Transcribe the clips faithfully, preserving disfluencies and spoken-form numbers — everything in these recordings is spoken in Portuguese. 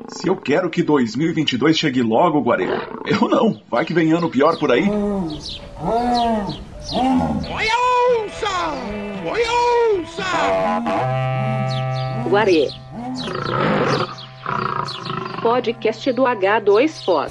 Se eu quero que dois mil e vinte e dois chegue logo, Guarê, eu não. Vai que vem ano pior por aí. Oi, onça! Oi, onça! Guarê. Podcast do H dois Foz.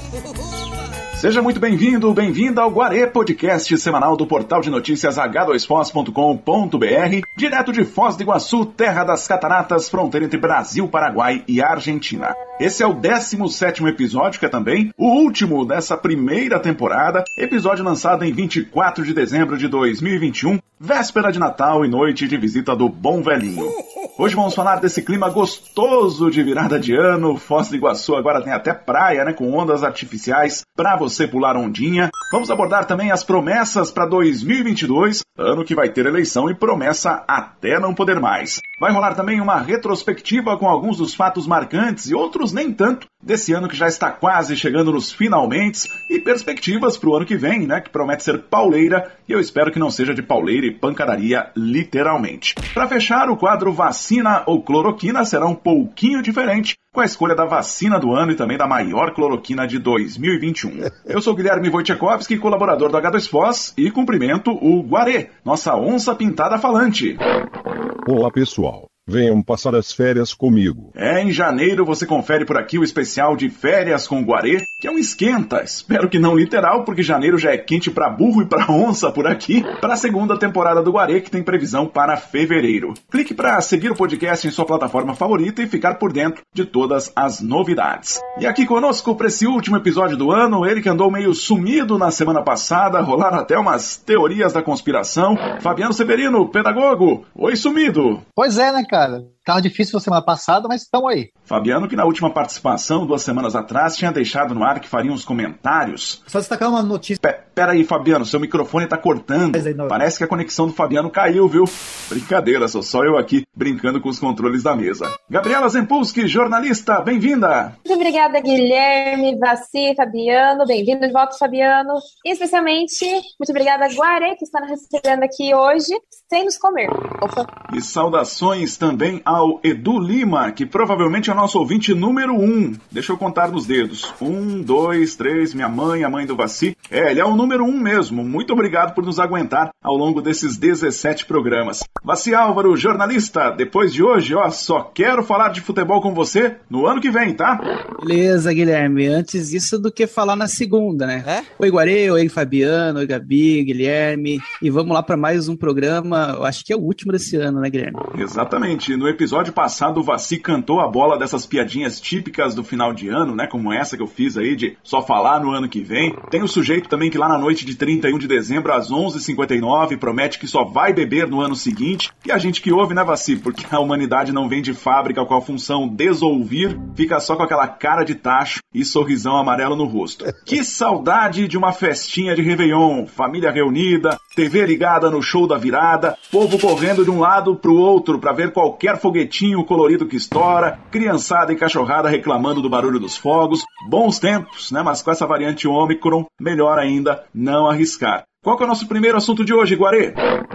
Seja muito bem-vindo, bem-vinda ao Guarê Podcast semanal do portal de notícias agá dois foz ponto com ponto br, direto de Foz do Iguaçu, terra das cataratas, fronteira entre Brasil, Paraguai e Argentina. Esse é o décimo sétimo episódio, que é também o último dessa primeira temporada, episódio lançado em vinte e quatro de dezembro de dois mil e vinte e um, véspera de Natal e noite de visita do Bom Velhinho. Hoje vamos falar desse clima gostoso de virada de ano. Foz do Iguaçu agora tem até praia, né, com ondas artificiais para você pular ondinha. Vamos abordar também as promessas para dois mil e vinte e dois, ano que vai ter eleição e promessa até não poder mais. Vai rolar também uma retrospectiva com alguns dos fatos marcantes e outros nem tanto desse ano que já está quase chegando nos finalmente, e perspectivas para o ano que vem, né, que promete ser pauleira, e eu espero que não seja de pauleira e pancadaria literalmente. Para fechar, o quadro Vacina ou Cloroquina será um pouquinho diferente, com a escolha da vacina do ano e também da maior cloroquina de dois mil e vinte e um. Eu sou Guilherme Wojciechowski, colaborador do agá dois Foz, e cumprimento o Guarê, nossa onça pintada falante. Olá, pessoal. Venham passar as férias comigo. É, em janeiro você confere por aqui o especial de férias com o Guarê, que é um esquenta, espero que não literal, porque janeiro já é quente pra burro e pra onça por aqui, para a segunda temporada do Guarê, que tem previsão para fevereiro. Clique para seguir o podcast em sua plataforma favorita e ficar por dentro de todas as novidades. E aqui conosco para esse último episódio do ano, ele que andou meio sumido na semana passada, rolaram até umas teorias da conspiração, Fabiano Severino, pedagogo. Oi, sumido! Pois é, né, cara? Tava difícil na semana passada, mas estamos aí. Fabiano, que na última participação, duas semanas atrás, tinha deixado no ar que faria uns comentários. Só destacar uma notícia. P- Pera aí, Fabiano, seu microfone tá cortando. Parece que a conexão do Fabiano caiu, viu? Brincadeira, sou só eu aqui brincando com os controles da mesa. Gabriela Zempulski, jornalista, bem-vinda! Muito obrigada, Guilherme, Vassi, Fabiano, bem-vindo de volta, Fabiano. E especialmente, muito obrigada, Guarê, que está nos recebendo aqui hoje, sem nos comer. Opa. E saudações também ao Edu Lima, que provavelmente é o nosso ouvinte número um. Deixa eu contar nos dedos. Um, dois, três, minha mãe, a mãe do Vassi. É, ele é o número um mesmo. Muito obrigado por nos aguentar ao longo desses dezessete programas. Vassi Álvaro, jornalista, depois de hoje, ó, só quero falar de futebol com você no ano que vem, tá? Beleza, Guilherme. Antes isso do que falar na segunda, né? É? Oi, Guarê, oi, Fabiano, oi, Gabi, Guilherme. E vamos lá para mais um programa, eu acho que é o último desse ano, né, Guilherme? Exatamente. No episódio passado, o Vassi cantou a bola dessas piadinhas típicas do final de ano, né? Como essa que eu fiz aí de só falar no ano que vem. Tem o sujeito também que lá na noite de trinta e um de dezembro, às onze e cinquenta e nove, promete que só vai beber no ano seguinte. E a gente que ouve, né, Vassi? Porque a humanidade não vem de fábrica com a função desouvir, fica só com aquela cara de tacho e sorrisão amarelo no rosto. Que saudade de uma festinha de Réveillon, família reunida, T V ligada no show da virada, povo correndo de um lado pro outro pra ver qualquer foguetinho colorido que estoura, criançada e cachorrada reclamando do barulho dos fogos. Bons tempos, né? Mas com essa variante Ômicron, melhor ainda não arriscar. Qual que é o nosso primeiro assunto de hoje, Guarê?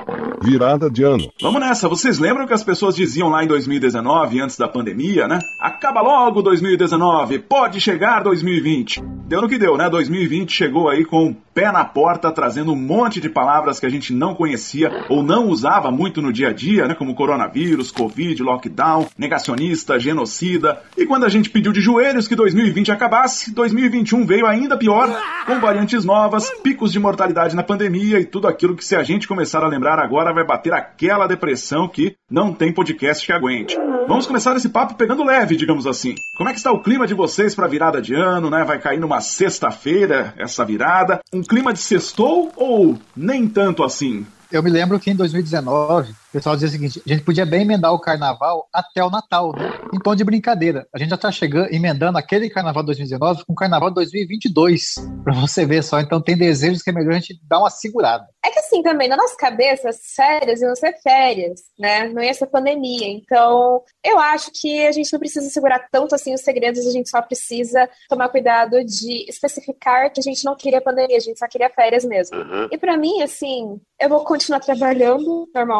Virada de ano. Vamos nessa. Vocês lembram que as pessoas diziam lá em dois mil e dezenove, antes da pandemia, né? Acaba logo dois mil e dezenove, pode chegar dois mil e vinte. Deu no que deu, né? dois mil e vinte chegou aí com o pé na porta, trazendo um monte de palavras que a gente não conhecia ou não usava muito no dia a dia, né? Como coronavírus, covid, lockdown, negacionista, genocida. E quando a gente pediu de joelhos que dois mil e vinte acabasse, dois mil e vinte e um veio ainda pior, com variantes novas, picos de mortalidade na pandemia e tudo aquilo que, se a gente começar a lembrar agora, vai bater aquela depressão que não tem podcast que aguente. Vamos começar esse papo pegando leve, digamos assim. Como é que está o clima de vocês para virada de ano, né? Vai cair numa sexta-feira essa virada. Um clima de sextou ou nem tanto assim? Eu me lembro que em dois mil e dezenove, o pessoal dizia o seguinte, a gente podia bem emendar o carnaval até o Natal, né? Em tom de brincadeira. A gente já tá chegando, emendando aquele carnaval de dois mil e dezenove com o carnaval de dois mil e vinte e dois, pra você ver só. Então tem desejos que é melhor a gente dar uma segurada. É que assim, também, na nossa cabeça, as férias iam ser férias, né? Não ia ser pandemia. Então, eu acho que a gente não precisa segurar tanto assim os segredos, a gente só precisa tomar cuidado de especificar que a gente não queria pandemia, a gente só queria férias mesmo. Uhum. E pra mim, assim, eu vou continuar trabalhando normalmente,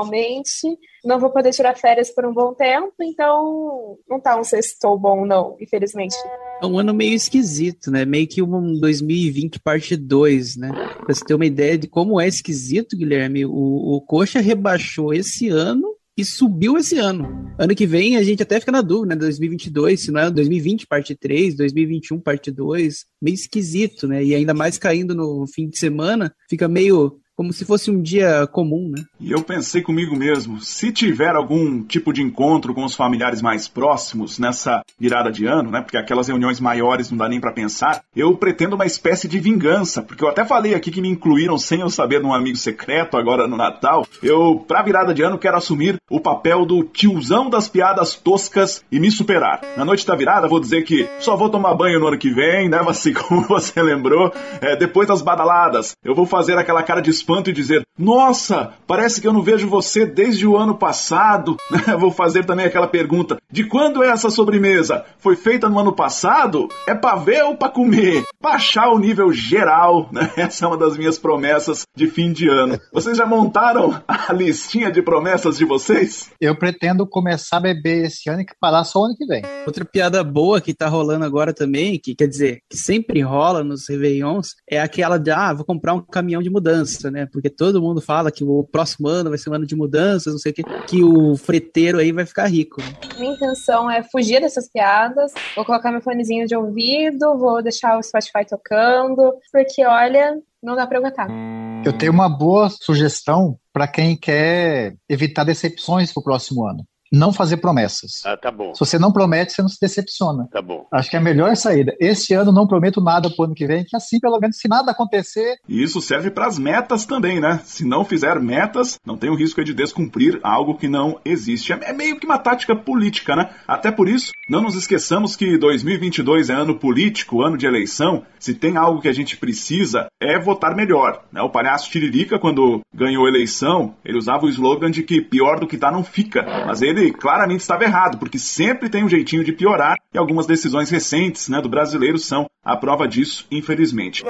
infelizmente. Não vou poder tirar férias por um bom tempo, então não tá um sextou bom, não, infelizmente. É um ano meio esquisito, né? Meio que um dois mil e vinte parte dois, né? Pra você ter uma ideia de como é esquisito, Guilherme, o, o Coxa rebaixou esse ano e subiu esse ano. Ano que vem a gente até fica na dúvida, né? dois mil e vinte e dois, se não é dois mil e vinte parte três, dois mil e vinte e um parte dois. Meio esquisito, né? E ainda mais caindo no fim de semana, fica meio como se fosse um dia comum, né? E eu pensei comigo mesmo, se tiver algum tipo de encontro com os familiares mais próximos nessa virada de ano, né? Porque aquelas reuniões maiores não dá nem pra pensar, eu pretendo uma espécie de vingança, porque eu até falei aqui que me incluíram sem eu saber num amigo secreto agora no Natal. Eu, pra virada de ano, quero assumir o papel do tiozão das piadas toscas e me superar. Na noite da virada, vou dizer que só vou tomar banho no ano que vem, né, Vassi, como você lembrou. É, depois das badaladas, eu vou fazer aquela cara de espanto e dizer, nossa, parece que eu não vejo você desde o ano passado. Vou fazer também aquela pergunta, de quando é essa sobremesa? Foi feita no ano passado? É pra ver ou pra comer? Baixar o nível geral, né? Essa é uma das minhas promessas de fim de ano. Vocês já montaram a listinha de promessas de vocês? Eu pretendo começar a beber esse ano e parar só o ano que vem. Outra piada boa que tá rolando agora também, que quer dizer, que sempre rola nos Réveillons, é aquela de, ah, vou comprar um caminhão de mudança, né? Porque todo mundo fala que o próximo ano vai ser um ano de mudanças, não sei o que, que o freteiro aí vai ficar rico. Né? Minha intenção é fugir dessas piadas, vou colocar meu fonezinho de ouvido, vou deixar o Spotify tocando, porque, olha, não dá pra aguentar. Eu tenho uma boa sugestão para quem quer evitar decepções pro próximo ano. Não fazer promessas. Ah, tá bom. Se você não promete, você não se decepciona. Tá bom. Acho que é a melhor saída. Esse ano não prometo nada pro ano que vem, que assim, pelo menos, se nada acontecer... E isso serve para as metas também, né? Se não fizer metas, não tem o risco de descumprir algo que não existe. É meio que uma tática política, né? Até por isso, não nos esqueçamos que dois mil e vinte e dois é ano político, ano de eleição. Se tem algo que a gente precisa, é votar melhor. Né? O palhaço Tiririca, quando ganhou a eleição, ele usava o slogan de que pior do que tá não fica. Mas ele claramente estava errado, porque sempre tem um jeitinho de piorar, e algumas decisões recentes, né, do brasileiro são a prova disso, infelizmente.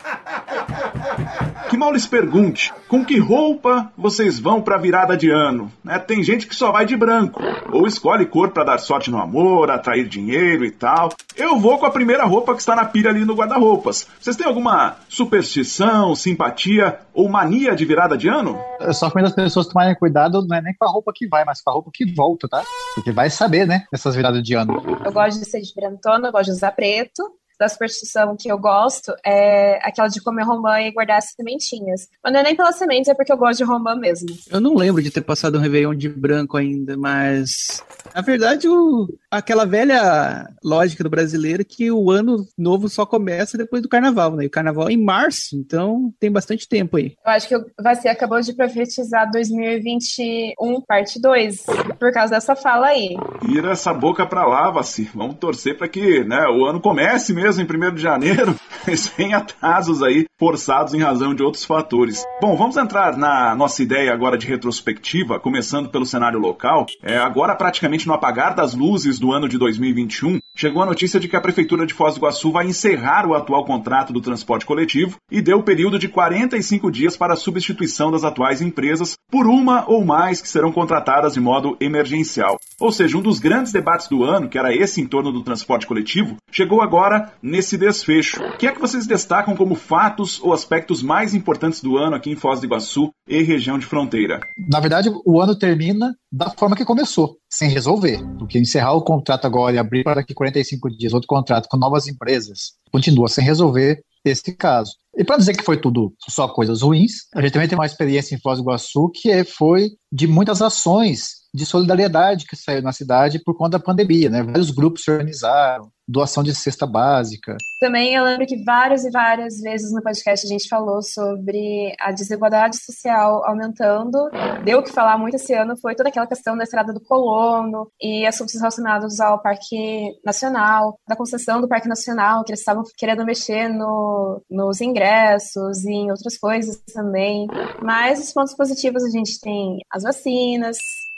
Que mal lhes pergunte, com que roupa vocês vão pra virada de ano? Né, tem gente que só vai de branco, ou escolhe cor pra dar sorte no amor, atrair dinheiro e tal. Eu vou com a primeira roupa que está na pilha ali no guarda-roupas. Vocês têm alguma superstição, simpatia ou mania de virada de ano? Eu só recomendo as pessoas tomarem cuidado, não é nem com a roupa que vai, mas com a roupa que volta, tá? Porque vai saber, né, nessas viradas de ano. Eu gosto de ser diferentona, eu gosto de usar preto. Da superstição que eu gosto é aquela de comer romã e guardar as sementinhas. Mas não é nem pelas sementes, é porque eu gosto de romã mesmo. Eu não lembro de ter passado um Réveillon de branco ainda, mas... Na verdade, o... aquela velha lógica do brasileiro que o ano novo só começa depois do carnaval, né? E o carnaval é em março, então tem bastante tempo aí. Eu acho que o Vassi acabou de profetizar dois mil e vinte e um, parte dois, por causa dessa fala aí. Tira essa boca pra lá, Vassi. Vamos torcer pra que, né, o ano comece mesmo em primeiro de janeiro, sem atrasos aí, forçados em razão de outros fatores. Bom, vamos entrar na nossa ideia agora de retrospectiva, começando pelo cenário local. É, agora, praticamente no apagar das luzes do ano de dois mil e vinte e um, chegou a notícia de que a Prefeitura de Foz do Iguaçu vai encerrar o atual contrato do transporte coletivo e deu o período de quarenta e cinco dias para a substituição das atuais empresas por uma ou mais que serão contratadas de modo emergencial. Ou seja, um dos grandes debates do ano, que era esse em torno do transporte coletivo, chegou agora nesse desfecho. O que é que vocês destacam como fatos ou aspectos mais importantes do ano aqui em Foz do Iguaçu e região de fronteira? Na verdade, o ano termina da forma que começou, sem resolver. Porque encerrar o contrato agora e abrir para daqui quarenta e cinco dias outro contrato com novas empresas continua sem resolver esse caso. E para dizer que foi tudo só coisas ruins, a gente também tem uma experiência em Foz do Iguaçu que foi de muitas ações de solidariedade que saiu na cidade por conta da pandemia, né? Vários grupos se organizaram, doação de cesta básica. Também eu lembro que várias e várias vezes no podcast a gente falou sobre a desigualdade social aumentando. Deu o que falar muito esse ano, foi toda aquela questão da Estrada do Colono e assuntos relacionados ao Parque Nacional, da concessão do Parque Nacional, que eles estavam querendo mexer no, nos ingressos e em outras coisas também. Mas os pontos positivos a gente tem as vacinas,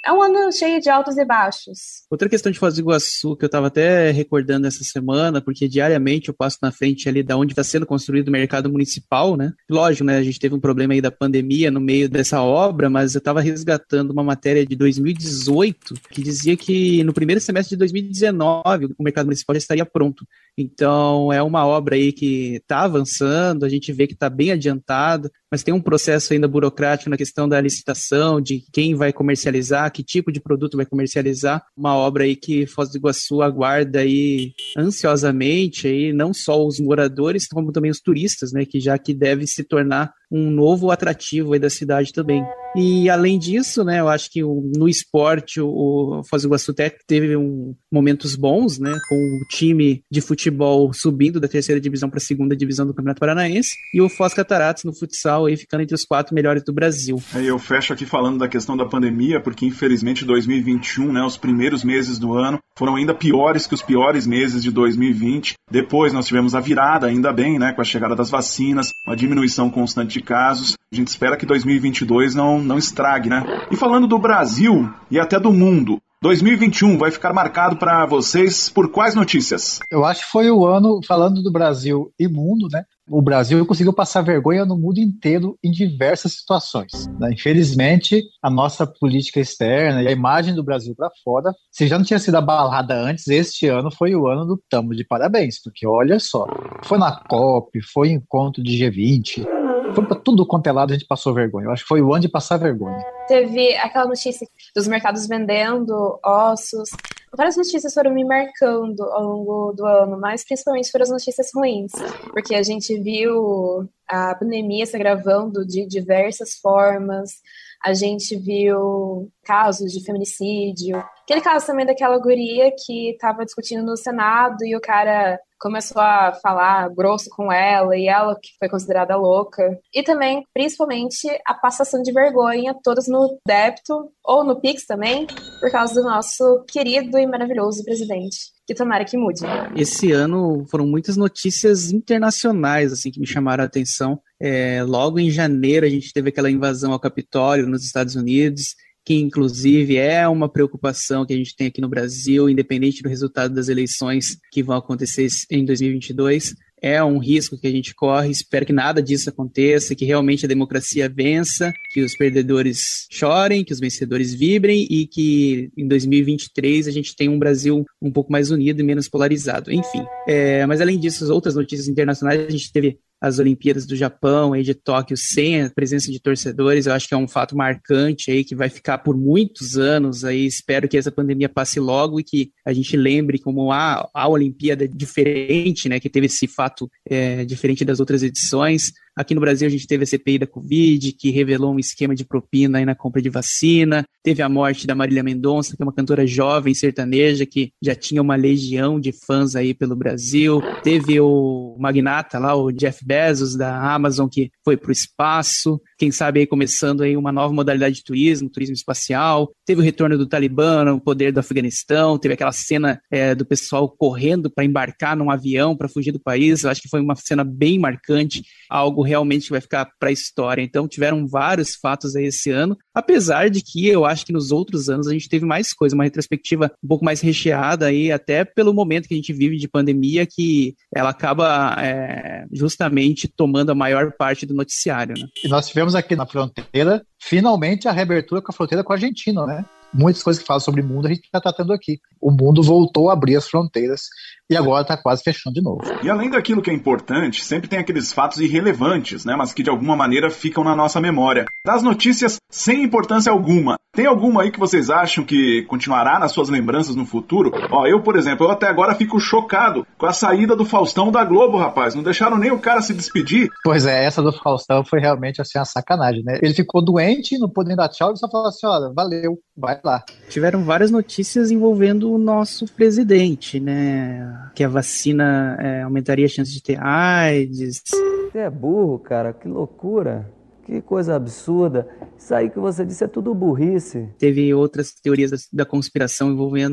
é um ano cheio de altos e baixos. Outra questão de Foz do Iguaçu, que eu estava até recordando essa semana, porque diariamente eu passo na frente ali da onde está sendo construído o mercado municipal, né? Lógico, né? A gente teve um problema aí da pandemia no meio dessa obra, mas eu estava resgatando uma matéria de dois mil e dezoito que dizia que no primeiro semestre de dois mil e dezenove o mercado municipal já estaria pronto. Então, é uma obra aí que está avançando, a gente vê que está bem adiantada, mas tem um processo ainda burocrático na questão da licitação, de quem vai comercializar, que tipo de produto vai comercializar. Uma obra aí que Foz do Iguaçu aguarda aí ansiosamente, aí, não só os moradores, como também os turistas, né, que já que deve se tornar um novo atrativo aí da cidade também. E além disso, né, eu acho que o, no esporte o, o Foz do Iguaçu até teve um, momentos bons, né, com o time de futebol subindo da terceira divisão para a segunda divisão do Campeonato Paranaense e o Foz Cataratas no futsal aí ficando entre os quatro melhores do Brasil. Eu fecho aqui falando da questão da pandemia, porque infelizmente dois mil e vinte e um, né, os primeiros meses do ano foram ainda piores que os piores meses de dois mil e vinte. Depois nós tivemos a virada, ainda bem, né, com a chegada das vacinas, uma diminuição constante de casos. A gente espera que dois mil e vinte e dois não, não estrague, né? E falando do Brasil e até do mundo, dois mil e vinte e um vai ficar marcado para vocês por quais notícias? Eu acho que foi o ano, falando do Brasil e mundo, né? O Brasil conseguiu passar vergonha no mundo inteiro em diversas situações, né? Infelizmente, a nossa política externa e a imagem do Brasil para fora, se já não tinha sido abalada antes, este ano foi o ano do tamo de parabéns, porque olha só, foi na COP, foi encontro de G vinte, foi para tudo quanto é lado, a gente passou vergonha. Eu acho que foi o ano de passar vergonha. Teve aquela notícia dos mercados vendendo ossos. Várias notícias foram me marcando ao longo do ano, mas principalmente foram as notícias ruins, porque a gente viu a pandemia se agravando de diversas formas, a gente viu casos de feminicídio, aquele caso também daquela guria que estava discutindo no Senado e o cara começou a falar grosso com ela e ela que foi considerada louca. E também, principalmente, a passação de vergonha, todas no débito ou no Pix também, por causa do nosso querido e maravilhoso presidente. Que tomara que mude. Esse ano foram muitas notícias internacionais assim que me chamaram a atenção. É, logo em janeiro a gente teve aquela invasão ao Capitólio nos Estados Unidos, que inclusive é uma preocupação que a gente tem aqui no Brasil, independente do resultado das eleições que vão acontecer em dois mil e vinte e dois. É um risco que a gente corre, espero que nada disso aconteça, que realmente a democracia vença, que os perdedores chorem, que os vencedores vibrem e que em dois mil e vinte e três a gente tenha um Brasil um pouco mais unido e menos polarizado. Enfim, é, mas além disso, as outras notícias internacionais, a gente teve as Olimpíadas do Japão, aí de Tóquio, sem a presença de torcedores. Eu acho que é um fato marcante aí, que vai ficar por muitos anos. Aí espero que essa pandemia passe logo e que a gente lembre como a, a Olimpíada diferente, né, que teve esse fato é, diferente das outras edições. Aqui no Brasil a gente teve a C P I da Covid, que revelou um esquema de propina aí na compra de vacina. Teve a morte da Marília Mendonça, que é uma cantora jovem sertaneja, que já tinha uma legião de fãs aí pelo Brasil. Teve o magnata lá, o Jeff Bezos, da Amazon, que foi para o espaço. Quem sabe aí começando aí uma nova modalidade de turismo, turismo espacial. Teve o retorno do Talibã, o poder do Afeganistão. Teve aquela cena é, do pessoal correndo para embarcar num avião para fugir do país. Eu acho que foi uma cena bem marcante, algo realmente que vai ficar para a história. Então tiveram vários fatos aí esse ano, apesar de que eu acho que nos outros anos a gente teve mais coisa, uma retrospectiva um pouco mais recheada aí, até pelo momento que a gente vive de pandemia, que ela acaba é, justamente tomando a maior parte do noticiário, né? E nós tivemos aqui na fronteira, finalmente, a reabertura com a fronteira com a Argentina, né? Muitas coisas que falam sobre o mundo a gente está tratando aqui. O mundo voltou a abrir as fronteiras e agora está quase fechando de novo. E além daquilo que é importante, sempre tem aqueles fatos irrelevantes, né, mas que de alguma maneira ficam na nossa memória. Das notícias sem importância alguma. Tem alguma aí que vocês acham que continuará nas suas lembranças no futuro? Ó, eu, por exemplo, eu até agora fico chocado com a saída do Faustão da Globo, rapaz. Não deixaram nem o cara se despedir. Pois é, essa do Faustão foi realmente assim uma sacanagem, né? Ele ficou doente, não pôde nem dar tchau, e só falou assim, olha, valeu, vai lá. Tiveram várias notícias envolvendo o nosso presidente, né? Que a vacina é, aumentaria a chance de ter AIDS. Você é burro, cara, que loucura. Que coisa absurda. Isso aí que você disse é tudo burrice. Teve outras teorias da, da conspiração envolvendo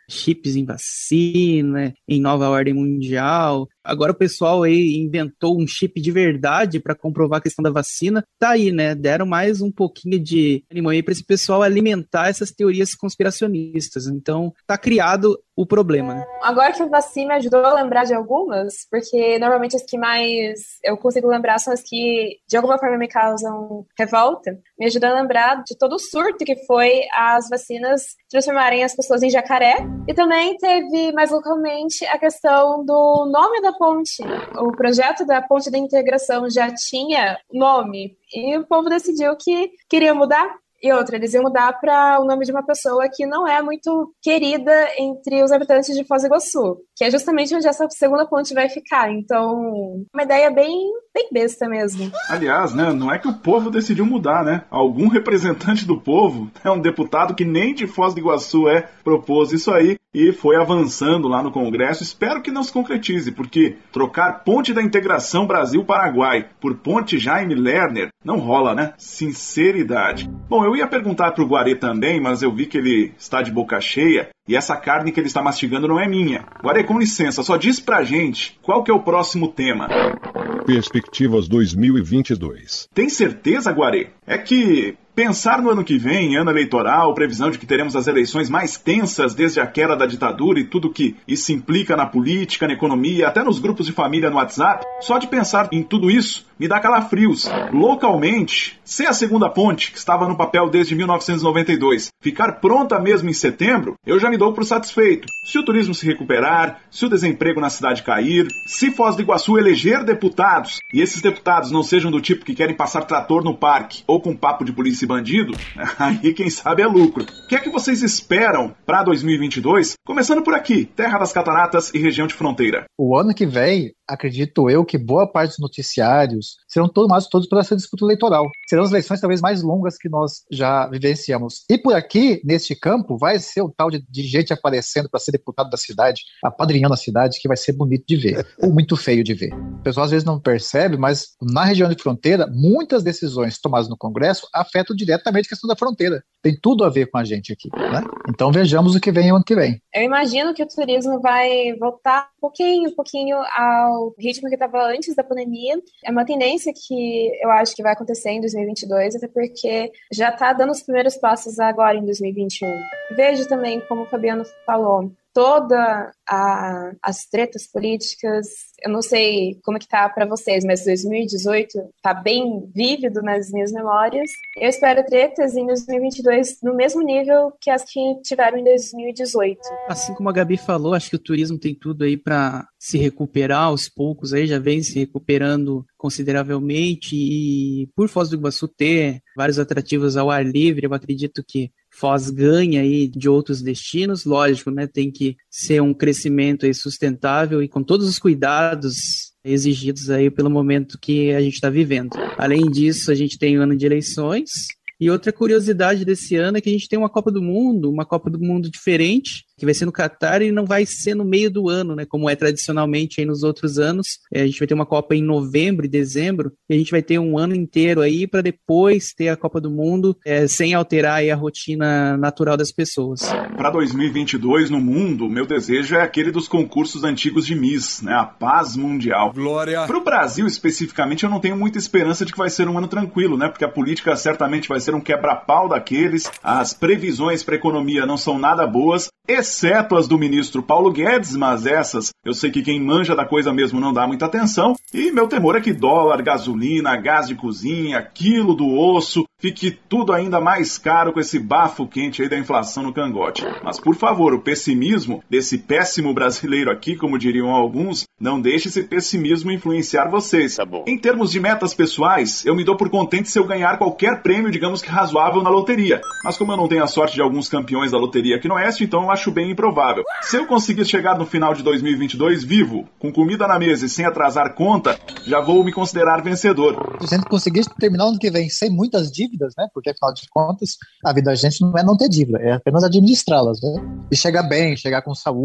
chips em vacina, em nova ordem mundial. Agora o pessoal aí inventou um chip de verdade para comprovar a questão da vacina. Tá aí, né? Deram mais um pouquinho de ânimo aí para esse pessoal alimentar essas teorias conspiracionistas. Então, tá criado o problema, né? Agora que a vacina me ajudou a lembrar de algumas, porque normalmente as que mais eu consigo lembrar são as que de alguma forma me causam revolta, me ajudou a lembrar de todo o surto que foi as vacinas transformarem as pessoas em jacaré. E também teve mais localmente a questão do nome da ponte. O projeto da ponte da integração já tinha nome e o povo decidiu que queria mudar. E outra, eles iam mudar para o nome de uma pessoa que não é muito querida entre os habitantes de Foz do Iguaçu, que é justamente onde essa segunda ponte vai ficar. Então, uma ideia bem, bem besta mesmo. Aliás, né, não é que o povo decidiu mudar, né? Algum representante do povo, é um deputado que nem de Foz do Iguaçu é, propôs isso aí e foi avançando lá no Congresso. Espero que não se concretize, porque trocar Ponte da Integração Brasil-Paraguai por Ponte Jaime Lerner não rola, né? Sinceridade. Bom, eu ia perguntar pro Guarê também, mas eu vi que ele está de boca cheia e essa carne que ele está mastigando não é minha. Guarê, com licença, só diz pra gente qual que é o próximo tema. Perspectivas dois mil e vinte e dois. Tem certeza, Guarê? É que pensar no ano que vem, ano eleitoral, previsão de que teremos as eleições mais tensas desde a queda da ditadura e tudo que isso implica na política, na economia, até nos grupos de família no WhatsApp, só de pensar em tudo isso me dá calafrios. Localmente, se a segunda ponte, que estava no papel desde mil novecentos e noventa e dois, ficar pronta mesmo em setembro, eu já me dou por satisfeito. Se o turismo se recuperar, se o desemprego na cidade cair, se Foz do Iguaçu eleger deputados, e esses deputados não sejam do tipo que querem passar trator no parque ou com papo de polícia e bandido, aí quem sabe é lucro. O que é que vocês esperam para dois mil e vinte e dois? Começando por aqui, Terra das Cataratas e região de fronteira. O ano que vem, acredito eu que boa parte dos noticiários serão tomados todos por essa disputa eleitoral. Serão as eleições talvez mais longas que nós já vivenciamos. E por aqui, neste campo, vai ser o tal de, de gente aparecendo para ser deputado da cidade, apadrinhando a cidade, que vai ser bonito de ver, ou muito feio de ver. O pessoal às vezes não percebe, mas na região de fronteira, muitas decisões tomadas no Congresso afetam diretamente a questão da fronteira. Tem tudo a ver com a gente aqui, né? Então vejamos o que vem o ano que vem. Eu imagino que o turismo vai voltar um pouquinho, um pouquinho ao ritmo que estava antes da pandemia. É uma tendência que eu acho que vai acontecer em dois mil e vinte e dois, até porque já está dando os primeiros passos agora em dois mil e vinte e um. Vejo também, como o Fabiano falou, toda a, as tretas políticas, eu não sei como que tá para vocês, mas dois mil e dezoito tá bem vívido nas minhas memórias. Eu espero tretas em dois mil e vinte e dois no mesmo nível que as que tiveram em dois mil e dezoito. Assim como a Gabi falou, acho que o turismo tem tudo aí para se recuperar aos poucos, aí já vem se recuperando consideravelmente, e por Foz do Iguaçu ter vários atrativos ao ar livre, eu acredito que Foz ganha aí de outros destinos, lógico, né? Tem que ser um crescimento aí sustentável e com todos os cuidados exigidos aí pelo momento que a gente está vivendo. Além disso, a gente tem o ano de eleições. E outra curiosidade desse ano é que a gente tem uma Copa do Mundo, uma Copa do Mundo diferente, que vai ser no Catar e não vai ser no meio do ano, né? Como é tradicionalmente aí nos outros anos. É, a gente vai ter uma Copa em novembro e dezembro, e a gente vai ter um ano inteiro aí para depois ter a Copa do Mundo, é, sem alterar aí a rotina natural das pessoas. Para dois mil e vinte e dois, no mundo, meu desejo é aquele dos concursos antigos de Miss, né? A paz mundial. Glória! Para o Brasil, especificamente, eu não tenho muita esperança de que vai ser um ano tranquilo, né? Porque a política certamente vai ser um quebra-pau daqueles, as previsões para a economia não são nada boas, exceto as do ministro Paulo Guedes, mas essas eu sei que quem manja da coisa mesmo não dá muita atenção, e meu temor é que dólar, gasolina, gás de cozinha, quilo do osso, fique tudo ainda mais caro com esse bafo quente aí da inflação no cangote. Mas por favor, o pessimismo desse péssimo brasileiro aqui, como diriam alguns, não deixe esse pessimismo influenciar vocês. Tá bom. Em termos de metas pessoais, eu me dou por contente se eu ganhar qualquer prêmio, digamos que razoável, na loteria. Mas como eu não tenho a sorte de alguns campeões da loteria aqui no Oeste, então eu acho bem improvável. Se eu conseguir chegar no final de dois mil e vinte e dois vivo, com comida na mesa e sem atrasar conta, já vou me considerar vencedor. Se a gente conseguir terminar o ano que vem sem muitas dívidas, né? Porque afinal de contas, a vida da gente não é não ter dívida, é apenas administrá-las, né? E chegar bem, chegar com saúde,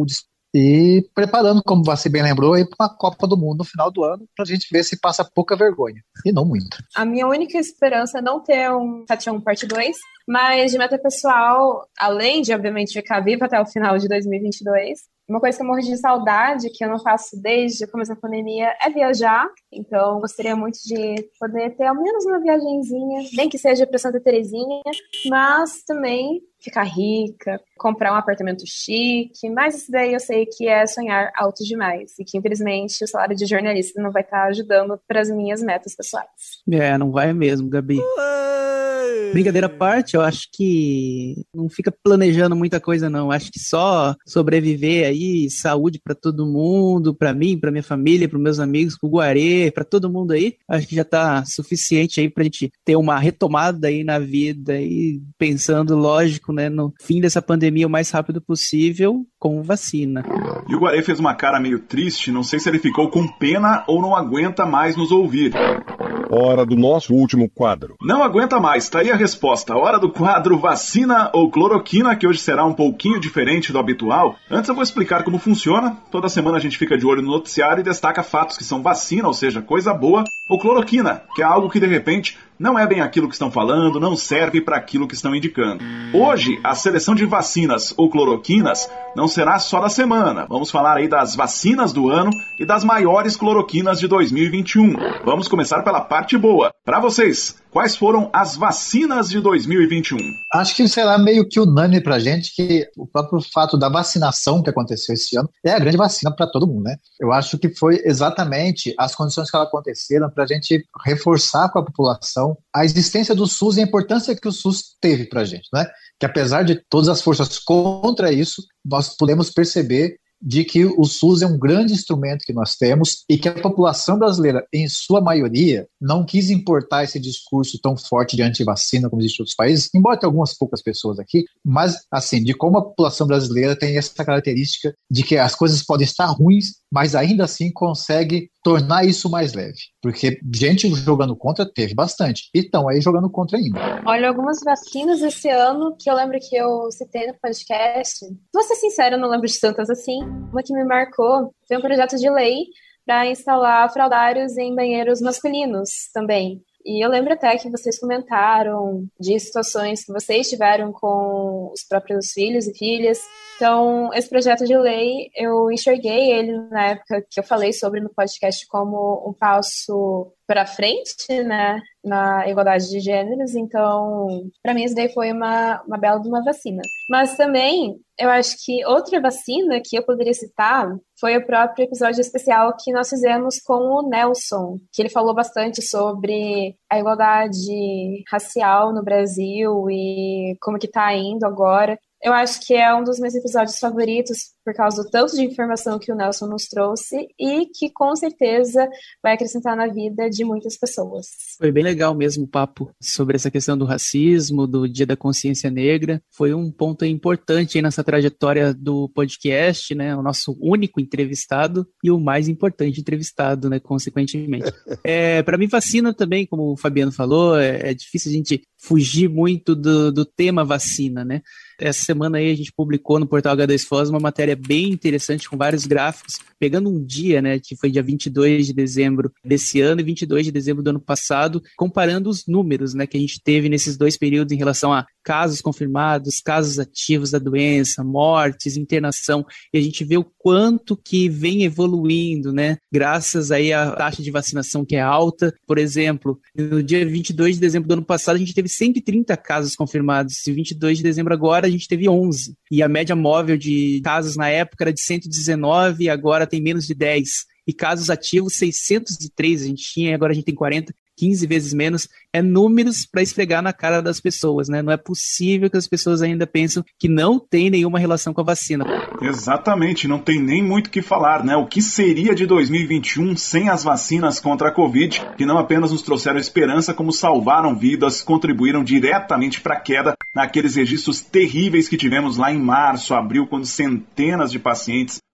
e preparando, como você bem lembrou, para uma Copa do Mundo no final do ano, para a gente ver se passa pouca vergonha, e não muito. A minha única esperança é não ter um sete a um parte dois, mas de meta pessoal, além de, obviamente, ficar viva até o final de dois mil e vinte e dois, uma coisa que eu morro de saudade, que eu não faço desde o começo da pandemia, é viajar. Então, gostaria muito de poder ter ao menos uma viagenzinha, nem que seja para Santa Terezinha, mas também ficar rica, comprar um apartamento chique, mas isso daí eu sei que é sonhar alto demais e que, infelizmente, o salário de jornalista não vai estar ajudando para as minhas metas pessoais. É, não vai mesmo, Gabi. Brincadeira à parte, eu acho que não fica planejando muita coisa, não. Acho que só sobreviver aí, saúde pra todo mundo, pra mim, pra minha família, pros meus amigos, pro Guarê, pra todo mundo aí, acho que já tá suficiente aí pra gente ter uma retomada aí na vida e pensando, lógico, né, no fim dessa pandemia o mais rápido possível com vacina. E o Guarê fez uma cara meio triste, não sei se ele ficou com pena ou não aguenta mais nos ouvir. Hora do nosso último quadro. Não aguenta mais, tá aí a resposta. Hora do quadro vacina ou cloroquina, que hoje será um pouquinho diferente do habitual. Antes eu vou explicar como funciona. Toda semana a gente fica de olho no noticiário e destaca fatos que são vacina, ou seja, coisa boa, ou cloroquina, que é algo que de repente não é bem aquilo que estão falando, não serve para aquilo que estão indicando. Hoje, a seleção de vacinas ou cloroquinas não será só da semana. Vamos falar aí das vacinas do ano e das maiores cloroquinas de dois mil e vinte e um. Vamos começar pela parte boa. Para vocês, quais foram as vacinas de dois mil e vinte e um? Acho que será meio que unânime pra gente que o próprio fato da vacinação que aconteceu esse ano é a grande vacina para todo mundo, né? Eu acho que foi exatamente as condições que elas aconteceram pra gente reforçar com a população a existência do SUS e a importância que o SUS teve pra gente, né? Que apesar de todas as forças contra isso, nós podemos perceber de que o SUS é um grande instrumento que nós temos e que a população brasileira, em sua maioria, não quis importar esse discurso tão forte de antivacina como existe em outros países, embora tenha algumas poucas pessoas aqui, mas, assim, de como a população brasileira tem essa característica de que as coisas podem estar ruins, mas ainda assim consegue tornar isso mais leve. Porque gente jogando contra teve bastante. E estão aí jogando contra ainda. Olha, algumas vacinas esse ano que eu lembro que eu citei no podcast. Vou ser sincera, eu não lembro de tantas assim. Uma que me marcou foi um projeto de lei para instalar fraldários em banheiros masculinos também. E eu lembro até que vocês comentaram de situações que vocês tiveram com os próprios filhos e filhas. Então, esse projeto de lei, eu enxerguei ele na época que eu falei sobre no podcast como um passo para frente, né, na igualdade de gêneros. Então, para mim, isso daí foi uma, uma bela de uma vacina. Mas também, eu acho que outra vacina que eu poderia citar foi o próprio episódio especial que nós fizemos com o Nelson, que ele falou bastante sobre a igualdade racial no Brasil e como que tá indo agora. Eu acho que é um dos meus episódios favoritos por causa do tanto de informação que o Nelson nos trouxe e que com certeza vai acrescentar na vida de muitas pessoas. Foi bem legal mesmo o papo sobre essa questão do racismo, do Dia da Consciência Negra. Foi um ponto importante aí nessa trajetória do podcast, né? O nosso único entrevistado e o mais importante entrevistado, né? Consequentemente. É, para mim, vacina também, como o Fabiano falou, é, é difícil a gente fugir muito do, do tema vacina, né? Essa semana aí a gente publicou no portal H dois Foz uma matéria bem interessante com vários gráficos, pegando um dia, né, que foi dia vinte e dois de dezembro desse ano e vinte e dois de dezembro do ano passado, comparando os números, né, que a gente teve nesses dois períodos em relação a casos confirmados, casos ativos da doença, mortes, internação, e a gente vê o quanto que vem evoluindo, né, graças aí à taxa de vacinação que é alta. Por exemplo, no dia vinte e dois de dezembro do ano passado a gente teve cento e trinta casos confirmados, e vinte e dois de dezembro agora a gente teve onze, e a média móvel de casos na época era de cento e dezenove e agora tem menos de dez, e casos ativos seiscentos e três a gente tinha e agora a gente tem quarenta, quinze vezes menos. É números para esfregar na cara das pessoas, né? Não é possível que as pessoas ainda pensam que não tem nenhuma relação com a vacina. Exatamente, não tem nem muito o que falar, né? O que seria de dois mil e vinte e um sem as vacinas contra a Covid, que não apenas nos trouxeram esperança, como salvaram vidas, contribuíram diretamente para a queda naqueles registros terríveis que tivemos lá em março, abril, quando centenas de pacientes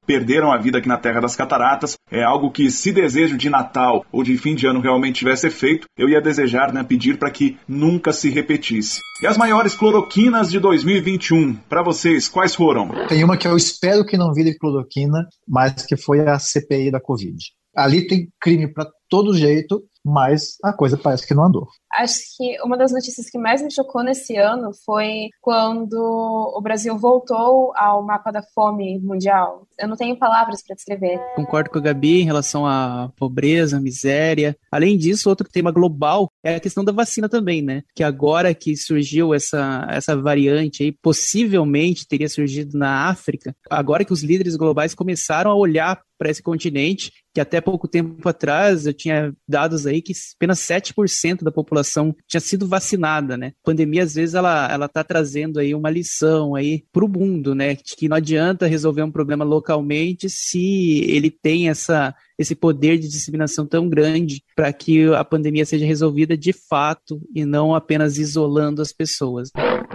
perderam a vida aqui na Terra das Cataratas. É algo que, se desejo de Natal ou de fim de ano realmente tivesse feito, eu ia desejar, né, pedir para que nunca se repetisse. E as maiores cloroquinas de dois mil e vinte e um, para vocês, quais foram? Tem uma que eu espero que não vire cloroquina, mas que foi a C P I da Covid. Ali tem crime para todo jeito, mas a coisa parece que não andou. Acho que uma das notícias que mais me chocou nesse ano foi quando o Brasil voltou ao mapa da fome mundial. Eu não tenho palavras para descrever. Concordo com a Gabi em relação à pobreza, à miséria. Além disso, outro tema global é a questão da vacina também, né? Que agora que surgiu essa, essa variante aí, possivelmente teria surgido na África, agora que os líderes globais começaram a olhar para esse continente, que até pouco tempo atrás eu tinha dados aí que apenas sete por cento da população tinha sido vacinada, né? A pandemia, às vezes, ela, ela tá trazendo aí uma lição aí pro mundo, né? De que não adianta resolver um problema localmente se ele tem essa, esse poder de disseminação tão grande para que a pandemia seja resolvida de fato e não apenas isolando as pessoas.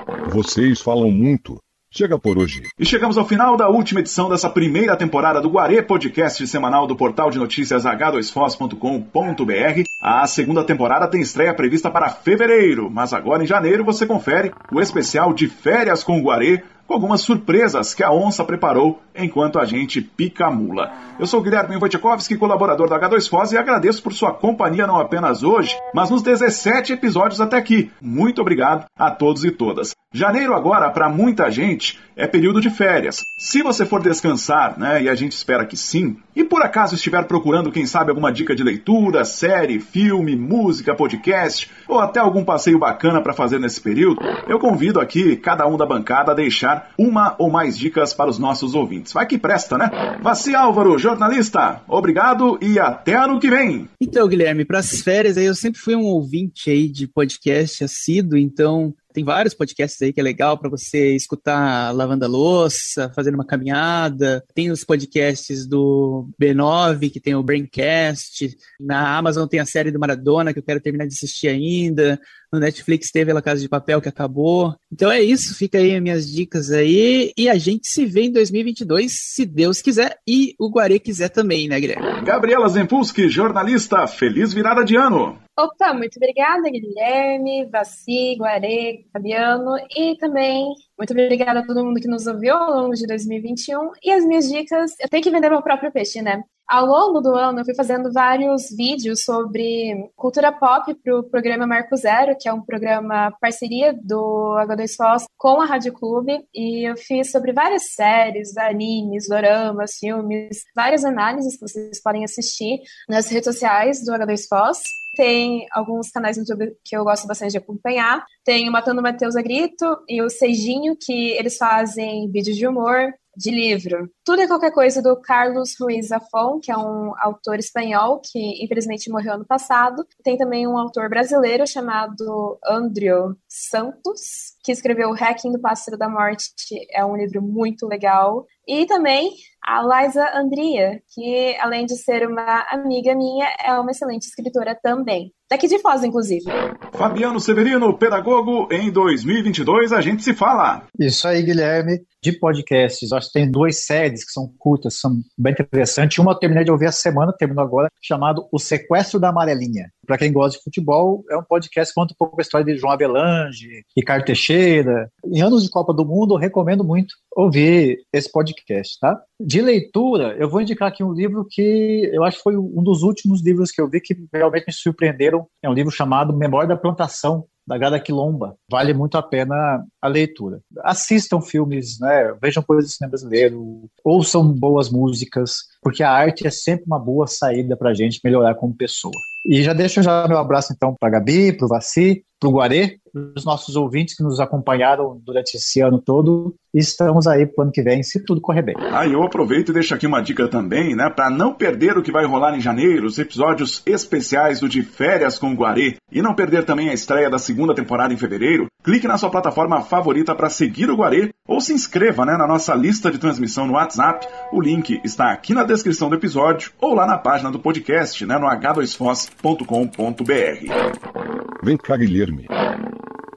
Vocês falam muito. Chega por hoje. E chegamos ao final da última edição dessa primeira temporada do Guarê, podcast semanal do portal de notícias agá dois fós ponto com ponto bê erre. A segunda temporada tem estreia prevista para fevereiro, mas agora em janeiro você confere o especial de férias com o Guarê, com algumas surpresas que a onça preparou enquanto a gente pica a mula. Eu sou o Guilherme Wojciechowski, colaborador da agá dois fós, e agradeço por sua companhia não apenas hoje, mas nos dezessete episódios até aqui. Muito obrigado a todos e todas. Janeiro agora, para muita gente, é período de férias. Se você for descansar, né, e a gente espera que sim, e por acaso estiver procurando, quem sabe, alguma dica de leitura, série, filme, música, podcast, ou até algum passeio bacana para fazer nesse período, eu convido aqui cada um da bancada a deixar uma ou mais dicas para os nossos ouvintes. Vai que presta, né? Vassi Álvaro, jornalista, obrigado e até ano que vem! Então, Guilherme, para as férias, aí eu sempre fui um ouvinte aí de podcast assíduo, então tem vários podcasts aí que é legal para você escutar lavando a louça, fazendo uma caminhada. Tem os podcasts do B nove, que tem o Braincast. Na Amazon tem a série do Maradona, que eu quero terminar de assistir ainda. No Netflix teve a La Casa de Papel, que acabou. Então é isso, fica aí as minhas dicas aí. E a gente se vê em dois mil e vinte e dois, se Deus quiser, e o Guarê quiser também, né, Guilherme? Gabriela Zempulski, jornalista, feliz virada de ano! Opa, muito obrigada, Guilherme, Vassi, Guarê, Fabiano, e também muito obrigada a todo mundo que nos ouviu ao longo de dois mil e vinte e um. E as minhas dicas, eu tenho que vender meu próprio peixe, né? Ao longo do ano, eu fui fazendo vários vídeos sobre cultura pop para o programa Marco Zero, que é um programa parceria do agá dois fós com a Rádio Clube, e eu fiz sobre várias séries, animes, doramas, filmes, várias análises que vocês podem assistir nas redes sociais do agá dois fós. Tem alguns canais no YouTube que eu gosto bastante de acompanhar. Tem o Matando Matheus a Grito e o Seijinho, que eles fazem vídeos de humor, de livro. Tudo e qualquer coisa do Carlos Ruiz Zafón, que é um autor espanhol que infelizmente morreu ano passado. Tem também um autor brasileiro chamado Andrio Santos, que escreveu O Hacking do Pássaro da Morte, é um livro muito legal. E também a Laisa Andria, que além de ser uma amiga minha, é uma excelente escritora também. Daqui de Foz, inclusive. Fabiano Severino, pedagogo, em dois mil e vinte e dois a gente se fala. Isso aí, Guilherme. De podcasts, acho que tem duas séries que são curtas, são bem interessantes. Uma eu terminei de ouvir a semana, terminou agora, chamado O Sequestro da Amarelinha. Para quem gosta de futebol, é um podcast que conta um pouco a história de João Avelange, Ricardo Teixeira. Em anos de Copa do Mundo, eu recomendo muito ouvir esse podcast, tá? De leitura, eu vou indicar aqui um livro que eu acho que foi um dos últimos livros que eu vi que realmente me surpreenderam. É um livro chamado Memória da Plantação, da Gada Quilomba. Vale muito a pena a leitura. Assistam filmes, né? Vejam coisas do cinema brasileiro, ouçam boas músicas, porque a arte é sempre uma boa saída para a gente melhorar como pessoa. E já deixo já meu abraço então para a Gabi, para o Vassi, para o Guarê, para os nossos ouvintes que nos acompanharam durante esse ano todo. E estamos aí para o ano que vem, se tudo correr bem. Ah, eu aproveito e deixo aqui uma dica também, né? Para não perder o que vai rolar em janeiro, os episódios especiais do De Férias com o Guarê, e não perder também a estreia da segunda temporada em fevereiro, clique na sua plataforma favorita para seguir o Guarê, ou se inscreva, né, na nossa lista de transmissão no WhatsApp. O link está aqui na descrição do episódio, ou lá na página do podcast, né, no agá dois fós ponto com ponto br. Vem cá, Guilherme.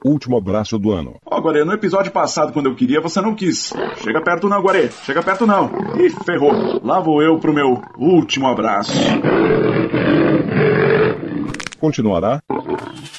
último abraço do ano. Ó, Guarê, no episódio passado, quando eu queria, você não quis. Chega perto não, Guarê. Chega perto não. Ih, ferrou. Lá vou eu pro meu último abraço. Continuará?